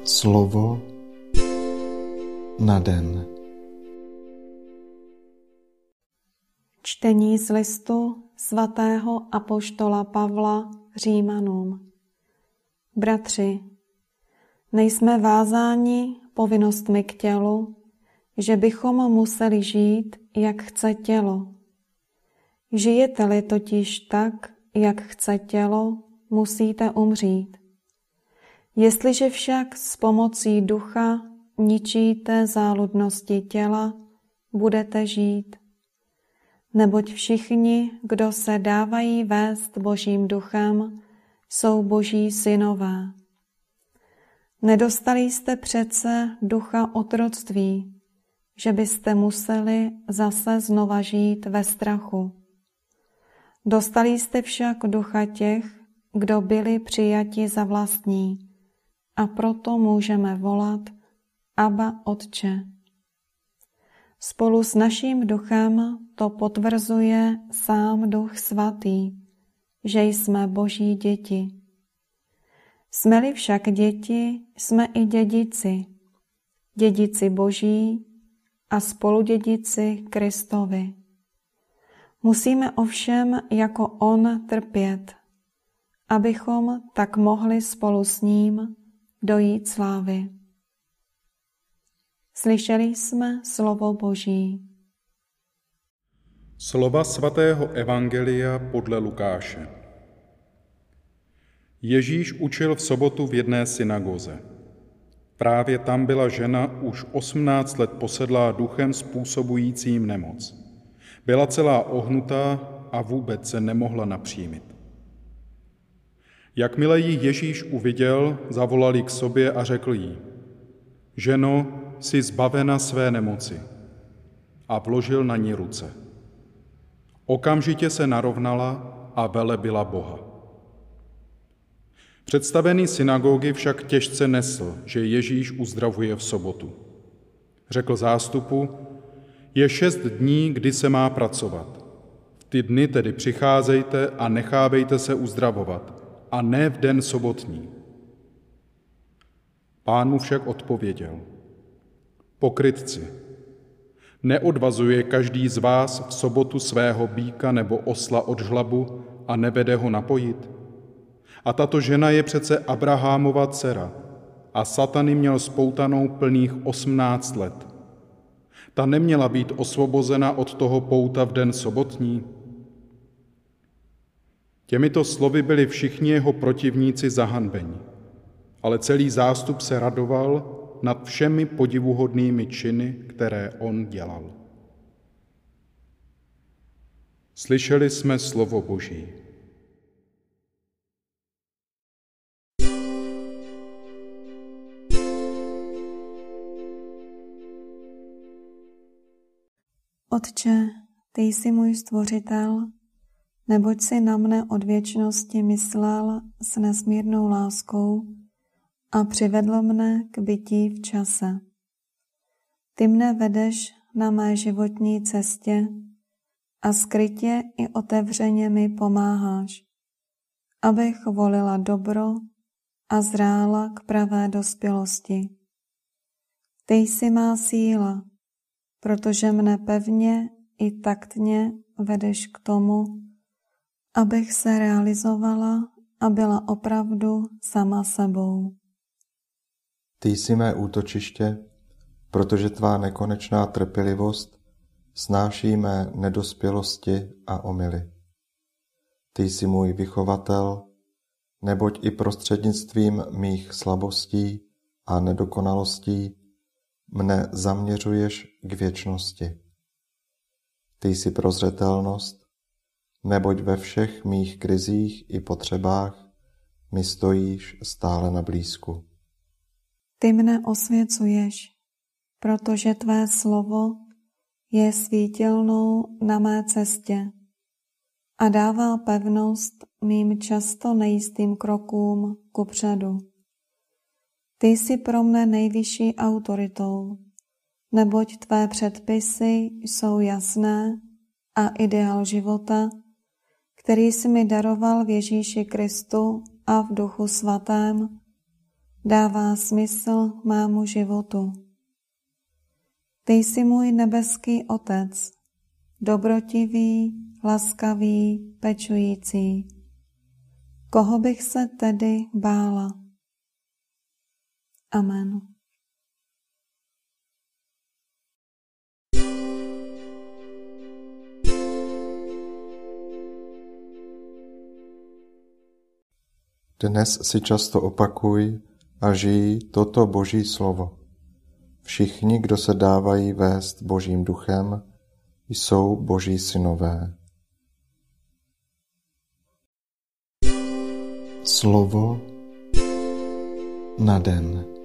Slovo na den. Čtení z listu svatého apoštola Pavla Římanům. Bratři, nejsme vázáni povinnostmi k tělu, že bychom museli žít, jak chce tělo. Žijete-li totiž tak, jak chce tělo, musíte umřít. Jestliže však s pomocí ducha ničíte záludnosti těla, budete žít. Neboť všichni, kdo se dávají vést Božím duchem, jsou Boží synové. Nedostali jste přece ducha otroctví, že byste museli zase znova žít ve strachu. Dostali jste však ducha těch, kdo byli přijati za vlastní, a proto můžeme volat Abba, Otče. Spolu s naším duchem to potvrzuje sám Duch Svatý, že jsme Boží děti. Jsme-li však děti, jsme i dědici, dědici Boží a spoludědici Kristovi. Musíme ovšem jako On trpět, abychom tak mohli spolu s ním dojít slávy. Slyšeli jsme slovo Boží. Slova svatého evangelia podle Lukáše. Ježíš učil v sobotu v jedné synagoze. Právě tam byla žena už 18 let posedlá duchem způsobujícím nemoc. Byla celá ohnutá a vůbec se nemohla napřímit. Jakmile ji Ježíš uviděl, zavolal ji k sobě a řekl jí: Ženo, jsi zbavena své nemoci. A vložil na ní ruce. Okamžitě se narovnala a velebila Boha. Představený synagogy však těžce nesl, že Ježíš uzdravuje v sobotu. Řekl zástupu: Je 6 dní, kdy se má pracovat. V ty dny tedy přicházejte a nechávejte se uzdravovat, a ne v den sobotní. Pán mu však odpověděl: Pokrytci, neodvazuje každý z vás v sobotu svého býka nebo osla od žlabu a nevede ho napojit? A tato žena je přece Abrahamova dcera a Satan ji měl spoutanou plných 18 let. Ta neměla být osvobozena od toho pouta v den sobotní? Těmito slovy byli všichni jeho protivníci zahanbeni, ale celý zástup se radoval nad všemi podivuhodnými činy, které on dělal. Slyšeli jsme slovo Boží. Otče, ty jsi můj stvořitel, neboť si na mne od věčnosti myslel s nesmírnou láskou a přivedl mne k bytí v čase. Ty mne vedeš na mé životní cestě a skrytě i otevřeně mi pomáháš, abych volila dobro a zrála k pravé dospělosti. Ty jsi má síla, protože mne pevně i taktně vedeš k tomu, abych se realizovala a byla opravdu sama sebou. Ty jsi mé útočiště, protože tvá nekonečná trpělivost snáší mé nedospělosti a omyly. Ty jsi můj vychovatel, neboť i prostřednictvím mých slabostí a nedokonalostí mne zaměřuješ k věčnosti. Ty jsi prozřetelnost, neboť ve všech mých krizích i potřebách mi stojíš stále na blízku. Ty mne osvěcuješ, protože tvé slovo je svítilnou na mé cestě a dává pevnost mým často nejistým krokům kupředu. Ty jsi pro mne nejvyšší autoritou, neboť tvé předpisy jsou jasné a ideál života, který jsi mi daroval v Ježíši Kristu a v Duchu Svatém, dává smysl mému životu. Ty jsi můj nebeský Otec, dobrotivý, laskavý, pečující. Koho bych se tedy bála? Amen. Dnes si často opakuj a žij toto Boží slovo. Všichni, kdo se dávají vést Božím duchem, jsou Boží synové. Slovo na den.